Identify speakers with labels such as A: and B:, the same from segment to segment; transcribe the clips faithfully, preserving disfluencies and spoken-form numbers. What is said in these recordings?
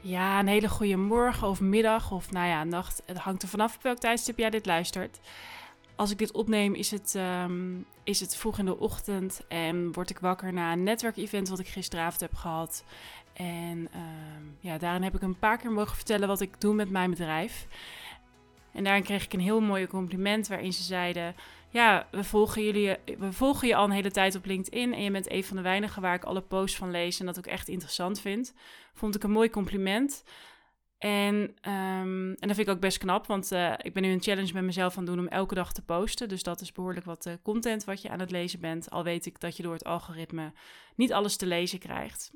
A: Ja, een hele goede morgen of middag of nou ja, nacht. Het hangt er vanaf op welk tijdstip jij dit luistert. Als ik dit opneem is het, um, is het vroeg in de ochtend en word ik wakker na een netwerkevent wat ik gisteravond heb gehad. En um, ja, daarin heb ik een paar keer mogen vertellen wat ik doe met mijn bedrijf. En daarin kreeg ik een heel mooi compliment waarin ze zeiden... Ja, we volgen, jullie, we volgen je al een hele tijd op LinkedIn en je bent een van de weinigen waar ik alle posts van lees en dat ook echt interessant vind. Vond ik een mooi compliment. En, um, en dat vind ik ook best knap, want uh, ik ben nu een challenge met mezelf aan het doen om elke dag te posten. Dus dat is behoorlijk wat uh, content wat je aan het lezen bent. Al weet ik dat je door het algoritme niet alles te lezen krijgt.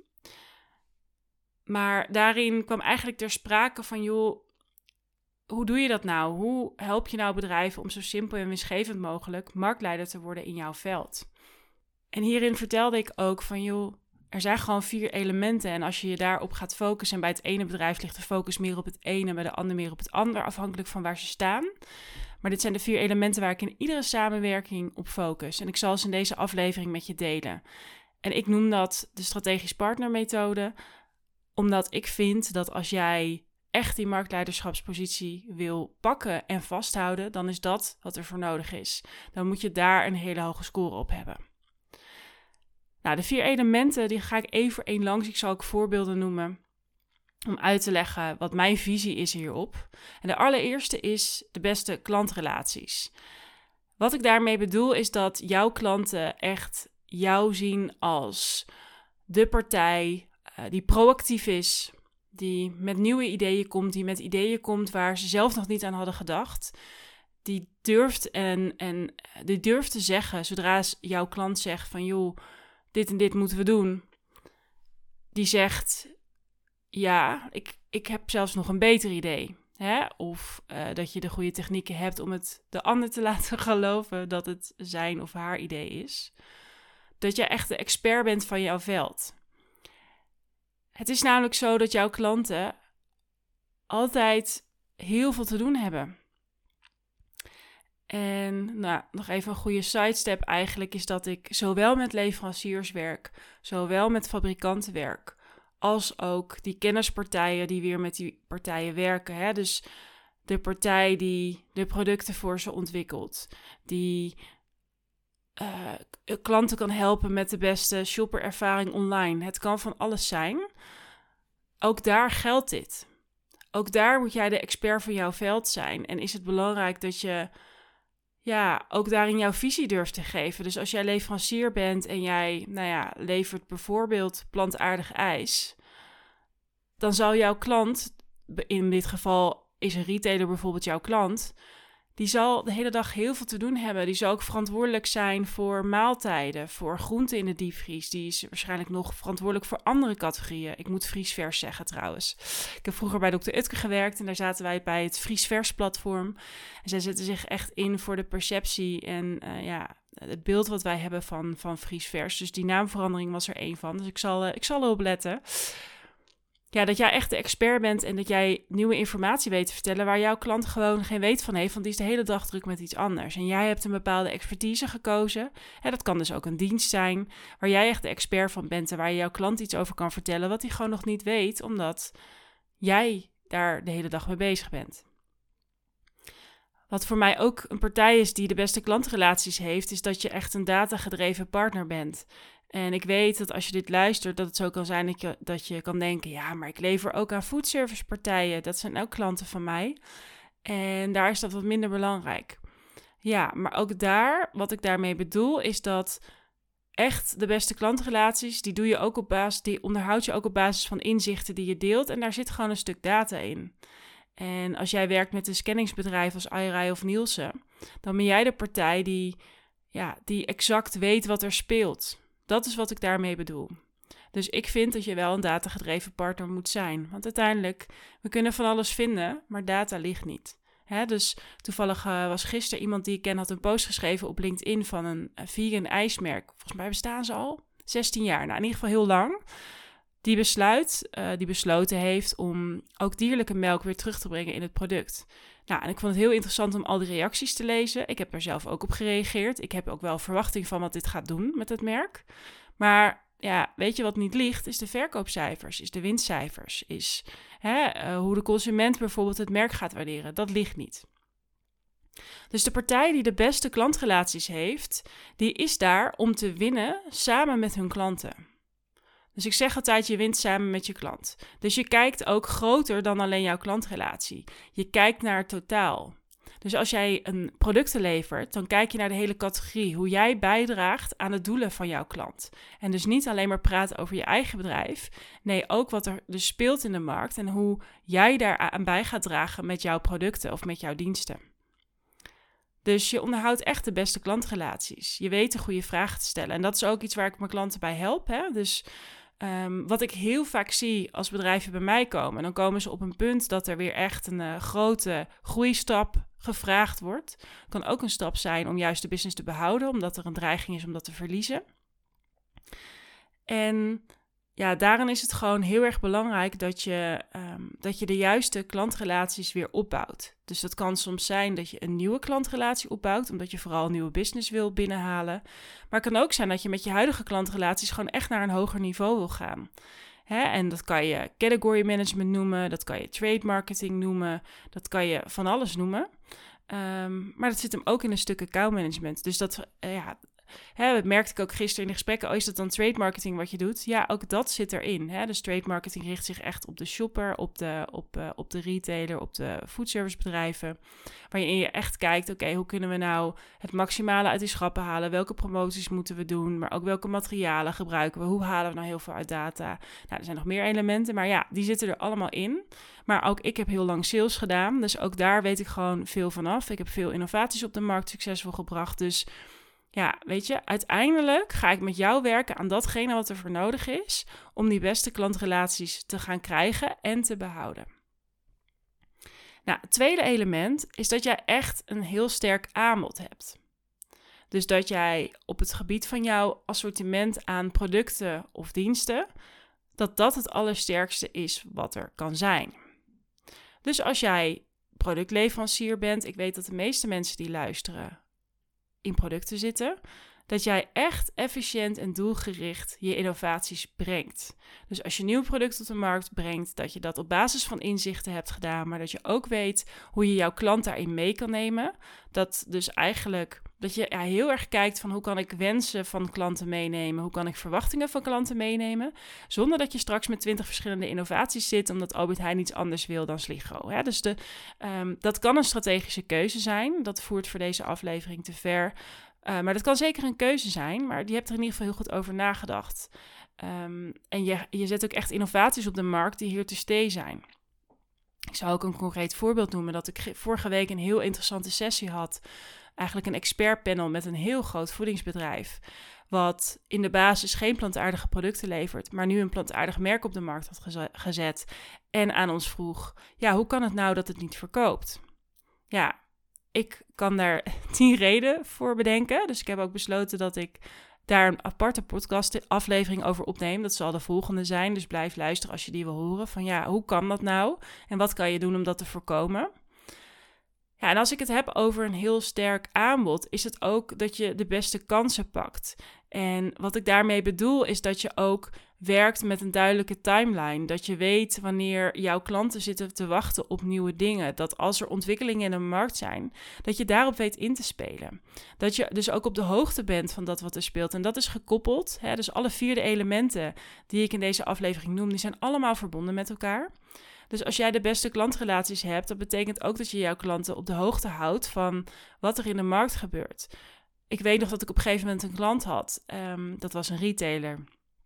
A: Maar daarin kwam eigenlijk ter sprake van, joh, hoe doe je dat nou? Hoe help je nou bedrijven om zo simpel en winstgevend mogelijk marktleider te worden in jouw veld? En hierin vertelde ik ook van, joh, er zijn gewoon vier elementen. En als je je daarop gaat focussen, en bij het ene bedrijf ligt de focus meer op het ene, bij de ander meer op het ander, afhankelijk van waar ze staan. Maar dit zijn de vier elementen waar ik in iedere samenwerking op focus. En ik zal ze in deze aflevering met je delen. En ik noem dat de strategisch partnermethode, omdat ik vind dat als jij echt die marktleiderschapspositie wil pakken en vasthouden, dan is dat wat er voor nodig is. Dan moet je daar een hele hoge score op hebben. Nou, de vier elementen die ga ik één voor één langs. Ik zal ook voorbeelden noemen om uit te leggen wat mijn visie is hierop. En de allereerste is de beste klantrelaties. Wat ik daarmee bedoel is dat jouw klanten echt jou zien als de partij uh, die proactief is, die met nieuwe ideeën komt, die met ideeën komt waar ze zelf nog niet aan hadden gedacht. Die durft, en, en, die durft te zeggen, zodra jouw klant zegt van, joh, dit en dit moeten we doen. Die zegt, ja, ik, ik heb zelfs nog een beter idee. Hè? Of uh, dat je de goede technieken hebt om het de ander te laten geloven dat het zijn of haar idee is. Dat je echt de expert bent van jouw veld. Het is namelijk zo dat jouw klanten altijd heel veel te doen hebben. En nou, nog even een goede sidestep eigenlijk is dat ik zowel met leveranciers werk, zowel met fabrikanten werk, als ook die kennispartijen die weer met die partijen werken. Hè? Dus de partij die de producten voor ze ontwikkelt, die uh, klanten kan helpen met de beste shopperervaring online. Het kan van alles zijn. Ook daar geldt dit. Ook daar moet jij de expert van jouw veld zijn. En is het belangrijk dat je ja, ook daarin jouw visie durft te geven. Dus als jij leverancier bent en jij nou ja, levert bijvoorbeeld plantaardig ijs, dan zal jouw klant, in dit geval is een retailer bijvoorbeeld jouw klant, die zal de hele dag heel veel te doen hebben. Die zal ook verantwoordelijk zijn voor maaltijden, voor groenten in de diepvries. Die is waarschijnlijk nog verantwoordelijk voor andere categorieën. Ik moet vriesvers zeggen trouwens. Ik heb vroeger bij dokter Utke gewerkt en daar zaten wij bij het vriesvers platform. En zij zetten zich echt in voor de perceptie en uh, ja, het beeld wat wij hebben van, van vriesvers. Dus die naamverandering was er één van. Dus ik zal, uh, ik zal erop letten. Ja, dat jij echt de expert bent en dat jij nieuwe informatie weet te vertellen waar jouw klant gewoon geen weet van heeft, want die is de hele dag druk met iets anders. En jij hebt een bepaalde expertise gekozen. En dat kan dus ook een dienst zijn waar jij echt de expert van bent en waar je jouw klant iets over kan vertellen wat hij gewoon nog niet weet, omdat jij daar de hele dag mee bezig bent. Wat voor mij ook een partij is die de beste klantrelaties heeft, is dat je echt een datagedreven partner bent. En ik weet dat als je dit luistert, dat het zo kan zijn dat je, dat je kan denken, ja, maar ik lever ook aan foodservicepartijen. Dat zijn ook klanten van mij. En daar is dat wat minder belangrijk. Ja, maar ook daar, wat ik daarmee bedoel, is dat echt de beste klantrelaties, die doe je ook op basis, die onderhoud je ook op basis van inzichten die je deelt. En daar zit gewoon een stuk data in. En als jij werkt met een scanningsbedrijf als Ayrij of Nielsen, dan ben jij de partij die, ja, die exact weet wat er speelt. Dat is wat ik daarmee bedoel. Dus ik vind dat je wel een datagedreven partner moet zijn. Want uiteindelijk, we kunnen van alles vinden, maar data ligt niet. Hè, dus toevallig uh, was gisteren iemand die ik ken, had een post geschreven op LinkedIn van een uh, vegan ijsmerk. Volgens mij bestaan ze al zestien jaar. Nou, in ieder geval heel lang. Die besluit, uh, die besloten heeft om ook dierlijke melk weer terug te brengen in het product. Nou, en ik vond het heel interessant om al die reacties te lezen. Ik heb er zelf ook op gereageerd. Ik heb ook wel verwachting van wat dit gaat doen met het merk. Maar ja, weet je wat niet liegt? Is de verkoopcijfers, is de winstcijfers, is hè, uh, hoe de consument bijvoorbeeld het merk gaat waarderen. Dat ligt niet. Dus de partij die de beste klantrelaties heeft, die is daar om te winnen samen met hun klanten. Dus ik zeg altijd, je wint samen met je klant. Dus je kijkt ook groter dan alleen jouw klantrelatie. Je kijkt naar het totaal. Dus als jij een producten levert, dan kijk je naar de hele categorie. Hoe jij bijdraagt aan de doelen van jouw klant. En dus niet alleen maar praten over je eigen bedrijf. Nee, ook wat er dus speelt in de markt en hoe jij daaraan bij gaat dragen met jouw producten of met jouw diensten. Dus je onderhoudt echt de beste klantrelaties. Je weet de goede vragen te stellen. En dat is ook iets waar ik mijn klanten bij help. Hè? Dus um, wat ik heel vaak zie als bedrijven bij mij komen, dan komen ze op een punt dat er weer echt een uh, grote groeistap gevraagd wordt. Het kan ook een stap zijn om juist de business te behouden, omdat er een dreiging is om dat te verliezen. En ja, daarin is het gewoon heel erg belangrijk dat je, um, dat je de juiste klantrelaties weer opbouwt. Dus dat kan soms zijn dat je een nieuwe klantrelatie opbouwt, omdat je vooral een nieuwe business wil binnenhalen. Maar het kan ook zijn dat je met je huidige klantrelaties gewoon echt naar een hoger niveau wil gaan. Hè? En dat kan je category management noemen, dat kan je trade marketing noemen, dat kan je van alles noemen. Um, maar dat zit hem ook in een stuk account management. Dus dat, uh, ja... Hè, dat merkte ik ook gisteren in de gesprekken. Oh, is dat dan trade marketing wat je doet? Ja, ook dat zit erin. Hè? Dus trade marketing richt zich echt op de shopper, op de, op, uh, op de retailer, op de foodservicebedrijven. Waarin je echt kijkt, oké, okay, hoe kunnen we nou het maximale uit die schappen halen? Welke promoties moeten we doen? Maar ook welke materialen gebruiken we? Hoe halen we nou heel veel uit data? Nou, er zijn nog meer elementen, maar ja, die zitten er allemaal in. Maar ook ik heb heel lang sales gedaan. Dus ook daar weet ik gewoon veel vanaf. Ik heb veel innovaties op de markt succesvol gebracht. Dus ja, weet je, uiteindelijk ga ik met jou werken aan datgene wat er voor nodig is om die beste klantrelaties te gaan krijgen en te behouden. Nou, het tweede element is dat jij echt een heel sterk aanbod hebt. Dus dat jij op het gebied van jouw assortiment aan producten of diensten, dat dat het allersterkste is wat er kan zijn. Dus als jij productleverancier bent, ik weet dat de meeste mensen die luisteren in producten zitten, dat jij echt efficiënt en doelgericht je innovaties brengt. Dus als je nieuw product op de markt brengt, dat je dat op basis van inzichten hebt gedaan, maar dat je ook weet hoe je jouw klant daarin mee kan nemen. Dat dus eigenlijk, dat je ja, heel erg kijkt van hoe kan ik wensen van klanten meenemen, hoe kan ik verwachtingen van klanten meenemen, zonder dat je straks met twintig verschillende innovaties zit, omdat Albert Heijn iets anders wil dan Sligro. Hè? Dus de, um, dat kan een strategische keuze zijn. Dat voert voor deze aflevering te ver. Uh, maar dat kan zeker een keuze zijn, maar je hebt er in ieder geval heel goed over nagedacht. Um, en je, je zet ook echt innovaties op de markt die hier te stay zijn. Ik zou ook een concreet voorbeeld noemen dat ik vorige week een heel interessante sessie had. Eigenlijk een expertpanel met een heel groot voedingsbedrijf, wat in de basis geen plantaardige producten levert, maar nu een plantaardig merk op de markt had geze- gezet. En aan ons vroeg, ja, hoe kan het nou dat het niet verkoopt? Ja, ik kan daar tien redenen voor bedenken. Dus ik heb ook besloten dat ik daar een aparte podcastaflevering over opneem. Dat zal de volgende zijn. Dus blijf luisteren als je die wil horen. Van ja, hoe kan dat nou? En wat kan je doen om dat te voorkomen? Ja, en als ik het heb over een heel sterk aanbod, is het ook dat je de beste kansen pakt. En wat ik daarmee bedoel is dat je ook werkt met een duidelijke timeline. Dat je weet wanneer jouw klanten zitten te wachten op nieuwe dingen. Dat als er ontwikkelingen in de markt zijn, dat je daarop weet in te spelen. Dat je dus ook op de hoogte bent van dat wat er speelt. En dat is gekoppeld. Hè, dus alle vier de elementen die ik in deze aflevering noem, die zijn allemaal verbonden met elkaar. Dus als jij de beste klantrelaties hebt, dat betekent ook dat je jouw klanten op de hoogte houdt van wat er in de markt gebeurt. Ik weet nog dat ik op een gegeven moment een klant had. Um, dat was een retailer.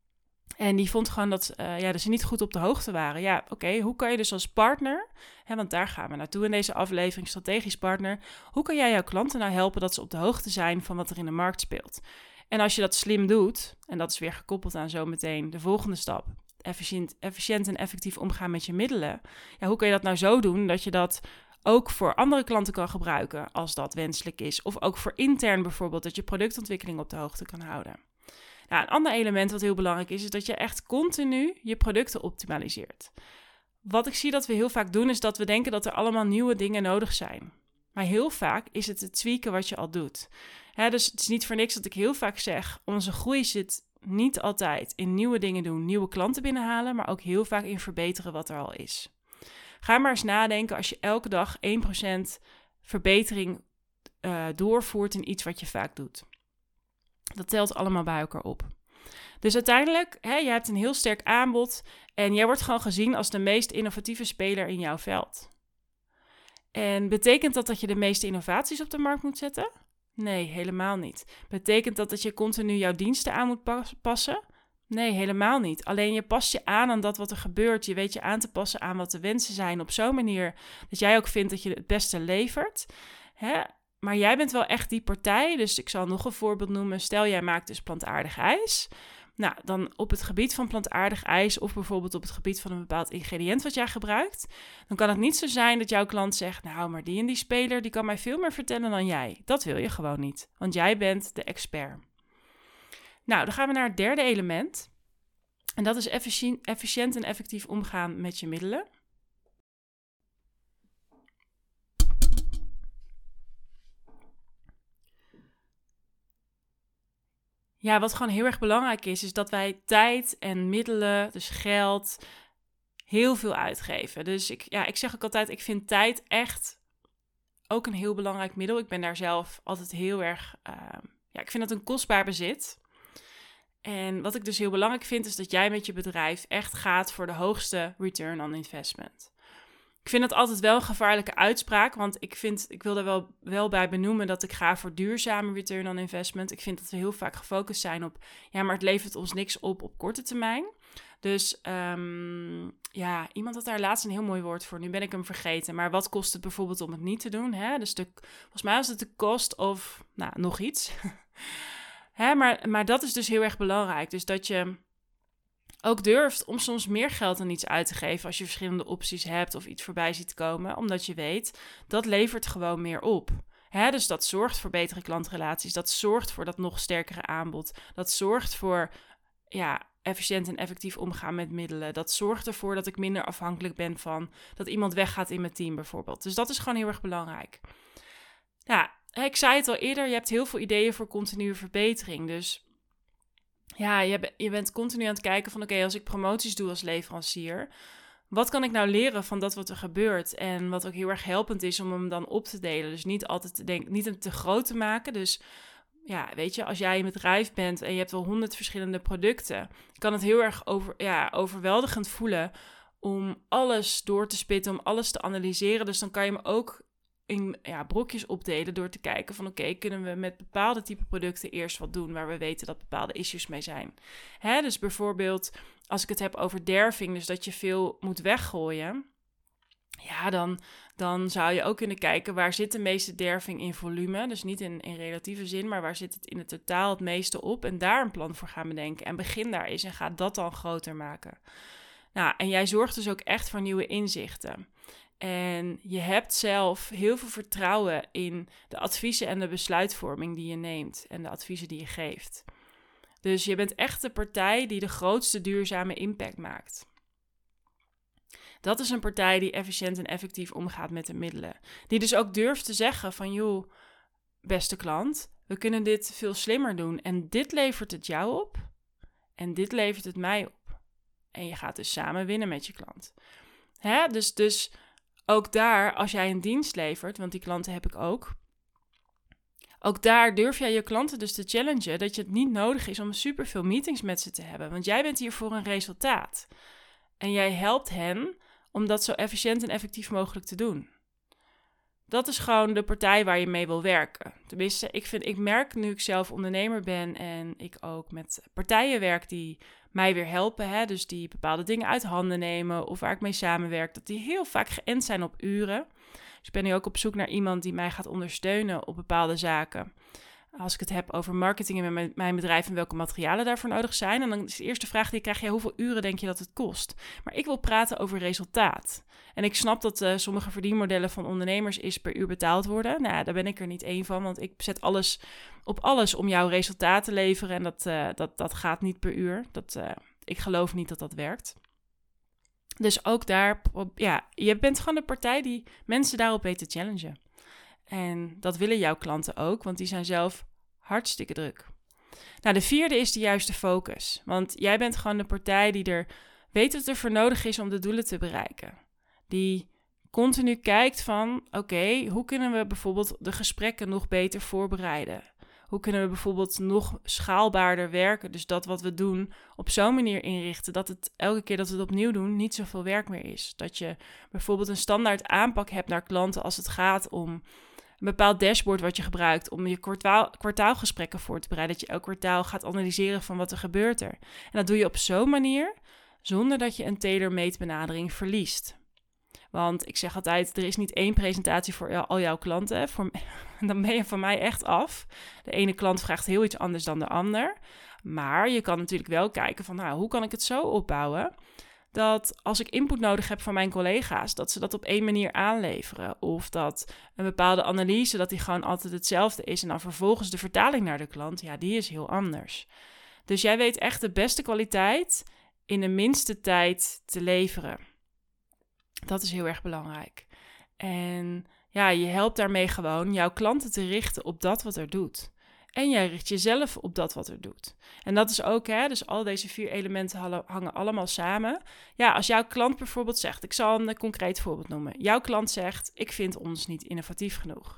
A: En die vond gewoon dat, uh, ja, dat ze niet goed op de hoogte waren. Ja, oké, okay, hoe kan je dus als partner, hè, want daar gaan we naartoe in deze aflevering, strategisch partner, hoe kan jij jouw klanten nou helpen dat ze op de hoogte zijn van wat er in de markt speelt? En als je dat slim doet, en dat is weer gekoppeld aan zometeen de volgende stap, efficiënt, efficiënt en effectief omgaan met je middelen. Ja, hoe kan je dat nou zo doen dat je dat ook voor andere klanten kan gebruiken als dat wenselijk is? Of ook voor intern bijvoorbeeld, dat je productontwikkeling op de hoogte kan houden. Nou, een ander element wat heel belangrijk is, is dat je echt continu je producten optimaliseert. Wat ik zie dat we heel vaak doen, is dat we denken dat er allemaal nieuwe dingen nodig zijn. Maar heel vaak is het het tweaken wat je al doet. Hè, dus het is niet voor niks dat ik heel vaak zeg, onze groei zit niet altijd in nieuwe dingen doen, nieuwe klanten binnenhalen, maar ook heel vaak in verbeteren wat er al is. Ga maar eens nadenken als je elke dag één procent verbetering uh, doorvoert in iets wat je vaak doet. Dat telt allemaal bij elkaar op. Dus uiteindelijk, hè, je hebt een heel sterk aanbod en jij wordt gewoon gezien als de meest innovatieve speler in jouw veld. En betekent dat dat je de meeste innovaties op de markt moet zetten? Nee, helemaal niet. Betekent dat dat je continu jouw diensten aan moet pas- passen? Nee, helemaal niet. Alleen je past je aan aan dat wat er gebeurt. Je weet je aan te passen aan wat de wensen zijn op zo'n manier dat jij ook vindt dat je het beste levert. Hè? Maar jij bent wel echt die partij. Dus ik zal nog een voorbeeld noemen. Stel, jij maakt dus plantaardig ijs. Nou, dan op het gebied van plantaardig ijs of bijvoorbeeld op het gebied van een bepaald ingrediënt wat jij gebruikt, dan kan het niet zo zijn dat jouw klant zegt, nou, maar die en die speler, die kan mij veel meer vertellen dan jij. Dat wil je gewoon niet, want jij bent de expert. Nou, dan gaan we naar het derde element. En dat is efficiënt, efficiënt en effectief omgaan met je middelen. Ja, wat gewoon heel erg belangrijk is, is dat wij tijd en middelen, dus geld, heel veel uitgeven. Dus ik, ja, ik zeg ook altijd, ik vind tijd echt ook een heel belangrijk middel. Ik ben daar zelf altijd heel erg, uh, ja, ik vind dat een kostbaar bezit. En wat ik dus heel belangrijk vind, is dat jij met je bedrijf echt gaat voor de hoogste return on investment. Ik vind dat altijd wel een gevaarlijke uitspraak, want ik, vind, ik wil er wel, wel bij benoemen dat ik ga voor duurzame return on investment. Ik vind dat we heel vaak gefocust zijn op, ja, maar het levert ons niks op op korte termijn. Dus um, ja, iemand had daar laatst een heel mooi woord voor, nu ben ik hem vergeten. Maar wat kost het bijvoorbeeld om het niet te doen? Hè? Dus de, volgens mij was het de cost of, nou, nog iets. Hè, maar, maar dat is dus heel erg belangrijk. Dus dat je ook durft om soms meer geld aan iets uit te geven als je verschillende opties hebt of iets voorbij ziet komen. Omdat je weet, dat levert gewoon meer op. Hè, dus dat zorgt voor betere klantrelaties. Dat zorgt voor dat nog sterkere aanbod. Dat zorgt voor ja, efficiënt en effectief omgaan met middelen. Dat zorgt ervoor dat ik minder afhankelijk ben van dat iemand weggaat in mijn team bijvoorbeeld. Dus dat is gewoon heel erg belangrijk. Ja, ik zei het al eerder, je hebt heel veel ideeën voor continue verbetering. Dus ja, je, be- je bent continu aan het kijken van oké, okay, als ik promoties doe als leverancier, wat kan ik nou leren van dat wat er gebeurt? En wat ook heel erg helpend is om hem dan op te delen. Dus niet altijd te denken, niet hem te groot te maken. Dus ja, weet je, als jij een bedrijf bent en je hebt wel honderd verschillende producten, kan het heel erg over, ja, overweldigend voelen om alles door te spitten, om alles te analyseren. Dus dan kan je hem ook in ja, brokjes opdelen door te kijken van oké, okay, kunnen we met bepaalde type producten eerst wat doen waar we weten dat bepaalde issues mee zijn. Hè, dus bijvoorbeeld als ik het heb over derving, dus dat je veel moet weggooien, ja, dan, dan zou je ook kunnen kijken waar zit de meeste derving in volume, dus niet in, in relatieve zin, maar waar zit het in het totaal het meeste op en daar een plan voor gaan bedenken en begin daar eens en ga dat dan groter maken. Nou, en jij zorgt dus ook echt voor nieuwe inzichten. En je hebt zelf heel veel vertrouwen in de adviezen en de besluitvorming die je neemt en de adviezen die je geeft. Dus je bent echt de partij die de grootste duurzame impact maakt. Dat is een partij die efficiënt en effectief omgaat met de middelen. Die dus ook durft te zeggen van joh, beste klant, we kunnen dit veel slimmer doen. En dit levert het jou op en dit levert het mij op. En je gaat dus samen winnen met je klant. Hè? Dus, dus ook daar, als jij een dienst levert, want die klanten heb ik ook. Ook daar durf jij je klanten dus te challengen dat je het niet nodig is om superveel meetings met ze te hebben. Want jij bent hier voor een resultaat. En jij helpt hen om dat zo efficiënt en effectief mogelijk te doen. Dat is gewoon de partij waar je mee wil werken. Tenminste, ik, vind, ik merk nu ik zelf ondernemer ben en ik ook met partijen werk die mij weer helpen. Hè, dus die bepaalde dingen uit handen nemen of waar ik mee samenwerk. Dat die heel vaak geënt zijn op uren. Dus ik ben nu ook op zoek naar iemand die mij gaat ondersteunen op bepaalde zaken. Als ik het heb over marketing in mijn, mijn bedrijf en welke materialen daarvoor nodig zijn. En dan is de eerste vraag die ik krijg, ja, hoeveel uren denk je dat het kost? Maar ik wil praten over resultaat. En ik snap dat uh, sommige verdienmodellen van ondernemers is per uur betaald worden. Nou ja, daar ben ik er niet één van, want ik zet alles op alles om jouw resultaat te leveren. En dat, uh, dat, dat gaat niet per uur. Dat, uh, ik geloof niet dat dat werkt. Dus ook daar, ja, je bent gewoon de partij die mensen daarop weet te challengen. En dat willen jouw klanten ook, want die zijn zelf hartstikke druk. Nou, de vierde is de juiste focus. Want jij bent gewoon de partij die er weet wat er voor nodig is om de doelen te bereiken. Die continu kijkt van, oké, okay, hoe kunnen we bijvoorbeeld de gesprekken nog beter voorbereiden? Hoe kunnen we bijvoorbeeld nog schaalbaarder werken? Dus dat wat we doen op zo'n manier inrichten dat het elke keer dat we het opnieuw doen niet zoveel werk meer is. Dat je bijvoorbeeld een standaard aanpak hebt naar klanten als het gaat om een bepaald dashboard wat je gebruikt om je kwartaal, kwartaalgesprekken voor te bereiden. Dat je elk kwartaal gaat analyseren van wat er gebeurt er. En dat doe je op zo'n manier zonder dat je een tailor-made benadering verliest. Want ik zeg altijd, er is niet één presentatie voor jou, al jouw klanten. Voor, dan ben je van mij echt af. De ene klant vraagt heel iets anders dan de ander. Maar je kan natuurlijk wel kijken van, nou, hoe kan ik het zo opbouwen dat als ik input nodig heb van mijn collega's, dat ze dat op één manier aanleveren. Of dat een bepaalde analyse, dat die gewoon altijd hetzelfde is. En dan vervolgens de vertaling naar de klant, ja, die is heel anders. Dus jij weet echt de beste kwaliteit in de minste tijd te leveren. Dat is heel erg belangrijk. En ja, je helpt daarmee gewoon jouw klanten te richten op dat wat er doet. En jij richt jezelf op dat wat er doet. En dat is ook, hè, dus al deze vier elementen hangen allemaal samen. Ja, als jouw klant bijvoorbeeld zegt, ik zal een concreet voorbeeld noemen. Jouw klant zegt, ik vind ons niet innovatief genoeg.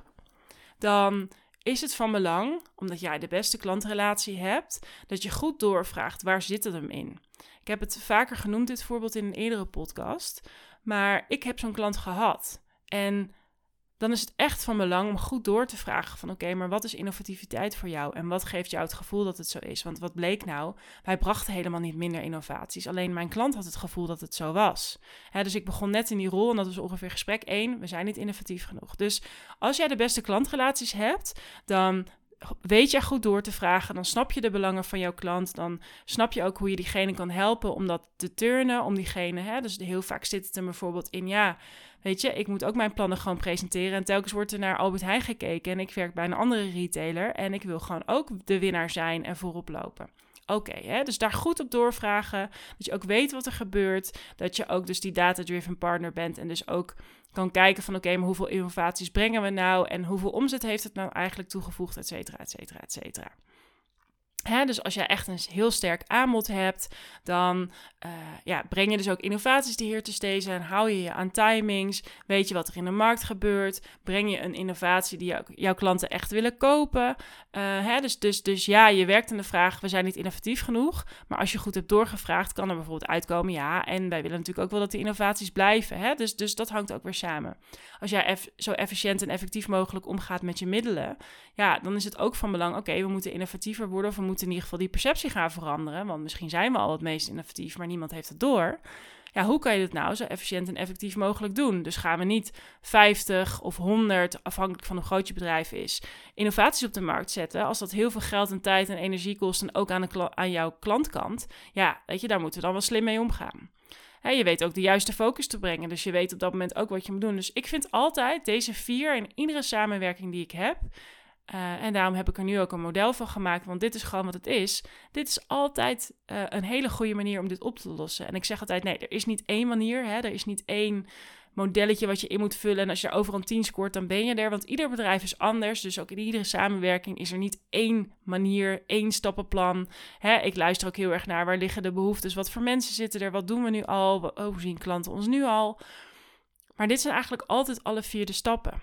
A: Dan is het van belang, omdat jij de beste klantrelatie hebt, dat je goed doorvraagt, waar zit het hem in? Ik heb het vaker genoemd, dit voorbeeld in een eerdere podcast. Maar ik heb zo'n klant gehad. En dan is het echt van belang om goed door te vragen van oké, okay, maar wat is innovativiteit voor jou? En wat geeft jou het gevoel dat het zo is? Want wat bleek nou? Wij brachten helemaal niet minder innovaties. Alleen mijn klant had het gevoel dat het zo was. He, dus ik begon net in die rol en dat was ongeveer gesprek één. We zijn niet innovatief genoeg. Dus als jij de beste klantrelaties hebt, dan weet je goed door te vragen, dan snap je de belangen van jouw klant, dan snap je ook hoe je diegene kan helpen om dat te turnen, om diegene, hè, dus heel vaak zit het er bijvoorbeeld in, ja, weet je, ik moet ook mijn plannen gewoon presenteren en telkens wordt er naar Albert Heijn gekeken en ik werk bij een andere retailer en ik wil gewoon ook de winnaar zijn en voorop lopen. Oké, okay, dus daar goed op doorvragen, dat je ook weet wat er gebeurt, dat je ook dus die data-driven partner bent en dus ook kan kijken van oké, okay, maar hoeveel innovaties brengen we nou en hoeveel omzet heeft het nou eigenlijk toegevoegd, et cetera, et cetera, et cetera. Hè, dus als jij echt een heel sterk aanbod hebt, dan uh, ja, breng je dus ook innovaties die hier te stay zijn. Hou je je aan timings, weet je wat er in de markt gebeurt. Breng je een innovatie die jou, jouw klanten echt willen kopen. Uh, hè, dus, dus, dus ja, je werkt aan de vraag, we zijn niet innovatief genoeg. Maar als je goed hebt doorgevraagd, kan er bijvoorbeeld uitkomen, ja, en wij willen natuurlijk ook wel dat die innovaties blijven. Hè? Dus, dus dat hangt ook weer samen. Als jij eff, zo efficiënt en effectief mogelijk omgaat met je middelen, ja, dan is het ook van belang, oké, okay, we moeten innovatiever worden of we moeten in ieder geval die perceptie gaan veranderen, want misschien zijn we al het meest innovatief, maar niemand heeft het door. Ja, hoe kan je dit nou zo efficiënt en effectief mogelijk doen? Dus gaan we niet vijftig of honderd, afhankelijk van hoe groot je bedrijf is, innovaties op de markt zetten, als dat heel veel geld en tijd en energie kost en ook aan, de kla- aan jouw klantkant. Ja, weet je, daar moeten we dan wel slim mee omgaan. He, je weet ook de juiste focus te brengen, dus je weet op dat moment ook wat je moet doen. Dus ik vind altijd deze vier in iedere samenwerking die ik heb, Uh, en daarom heb ik er nu ook een model van gemaakt, want dit is gewoon wat het is. Dit is altijd uh, een hele goede manier om dit op te lossen. En ik zeg altijd, nee, er is niet één manier, hè? Er is niet één modelletje wat je in moet vullen. En als je er overal een tien scoort, dan ben je er. Want ieder bedrijf is anders, dus ook in iedere samenwerking is er niet één manier, één stappenplan. Hè? Ik luister ook heel erg naar, waar liggen de behoeftes? Wat voor mensen zitten er? Wat doen we nu al? Hoe zien klanten ons nu al? Maar dit zijn eigenlijk altijd alle vier de stappen.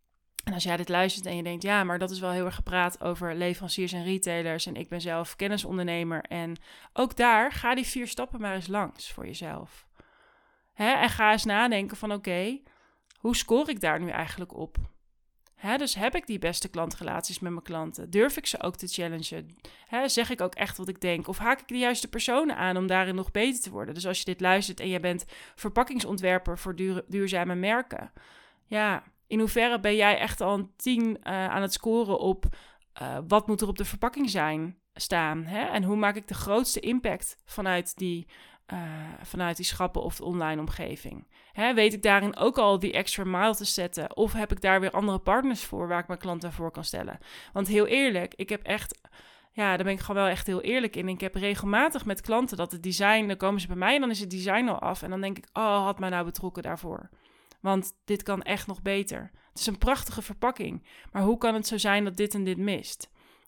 A: En als jij dit luistert en je denkt, ja, maar dat is wel heel erg gepraat over leveranciers en retailers en ik ben zelf kennisondernemer. En ook daar, ga die vier stappen maar eens langs voor jezelf. Hè? En ga eens nadenken van oké, okay, hoe score ik daar nu eigenlijk op? Hè? Dus heb ik die beste klantrelaties met mijn klanten? Durf ik ze ook te challengen? Hè? Zeg ik ook echt wat ik denk? Of haak ik de juiste personen aan om daarin nog beter te worden? Dus als je dit luistert en jij bent verpakkingsontwerper voor duur, duurzame merken. Ja, in hoeverre ben jij echt al een tien uh, aan het scoren op uh, wat moet er op de verpakking zijn staan? Hè? En hoe maak ik de grootste impact vanuit die, uh, vanuit die schappen of de online omgeving? Hè? Weet ik daarin ook al die extra mile te zetten? Of heb ik daar weer andere partners voor waar ik mijn klanten voor kan stellen? Want heel eerlijk, ik heb echt... Ja, daar ben ik gewoon wel echt heel eerlijk in. Ik heb regelmatig met klanten dat het design... Dan komen ze bij mij en dan is het design al af. En dan denk ik, oh, had mij nou betrokken daarvoor. Want dit kan echt nog beter. Het is een prachtige verpakking. Maar hoe kan het zo zijn dat dit en dit mist?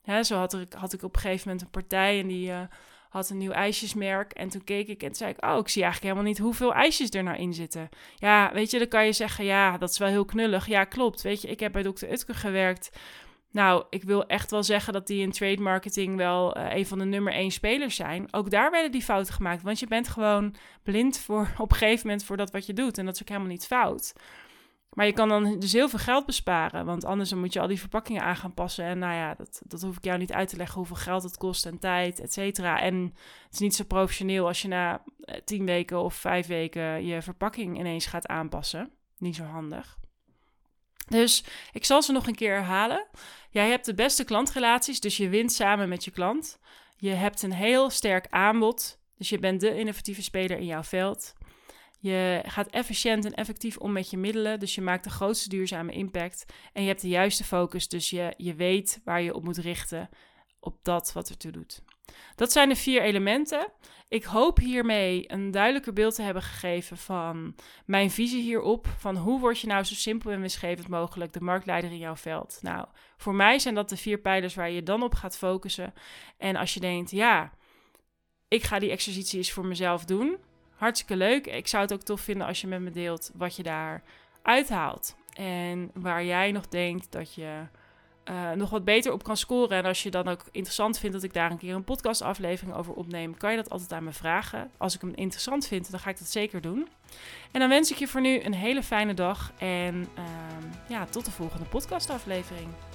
A: Ja, zo had ik, had ik op een gegeven moment een partij en die uh, had een nieuw ijsjesmerk. En toen keek ik en toen zei ik, oh, ik zie eigenlijk helemaal niet hoeveel ijsjes er nou in zitten. Ja, weet je, dan kan je zeggen, ja, dat is wel heel knullig. Ja, klopt. Weet je, ik heb bij dokter Utke gewerkt. Nou, ik wil echt wel zeggen dat die in trade marketing wel uh, een van de nummer één spelers zijn. Ook daar werden die fouten gemaakt. Want je bent gewoon blind voor op een gegeven moment voor dat wat je doet. En dat is ook helemaal niet fout. Maar je kan dan dus heel veel geld besparen. Want anders dan moet je al die verpakkingen aan gaan passen. En nou ja, dat, dat hoef ik jou niet uit te leggen hoeveel geld het kost en tijd, et cetera. En het is niet zo professioneel als je na tien weken of vijf weken je verpakking ineens gaat aanpassen. Niet zo handig. Dus ik zal ze nog een keer herhalen. Jij hebt de beste klantrelaties, dus je wint samen met je klant. Je hebt een heel sterk aanbod, dus je bent de innovatieve speler in jouw veld. Je gaat efficiënt en effectief om met je middelen, dus je maakt de grootste duurzame impact. En je hebt de juiste focus, dus je, je weet waar je op moet richten, op dat wat ertoe doet. Dat zijn de vier elementen. Ik hoop hiermee een duidelijker beeld te hebben gegeven van mijn visie hierop. Van hoe word je nou zo simpel en winstgevend mogelijk de marktleider in jouw veld? Nou, voor mij zijn dat de vier pijlers waar je dan op gaat focussen. En als je denkt, ja, ik ga die exercitie eens voor mezelf doen. Hartstikke leuk. Ik zou het ook tof vinden als je met me deelt wat je daar uithaalt. En waar jij nog denkt dat je Uh, nog wat beter op kan scoren. En als je dan ook interessant vindt dat ik daar een keer een podcastaflevering over opneem, kan je dat altijd aan me vragen. Als ik hem interessant vind, dan ga ik dat zeker doen. En dan wens ik je voor nu een hele fijne dag. En uh, ja, tot de volgende podcastaflevering.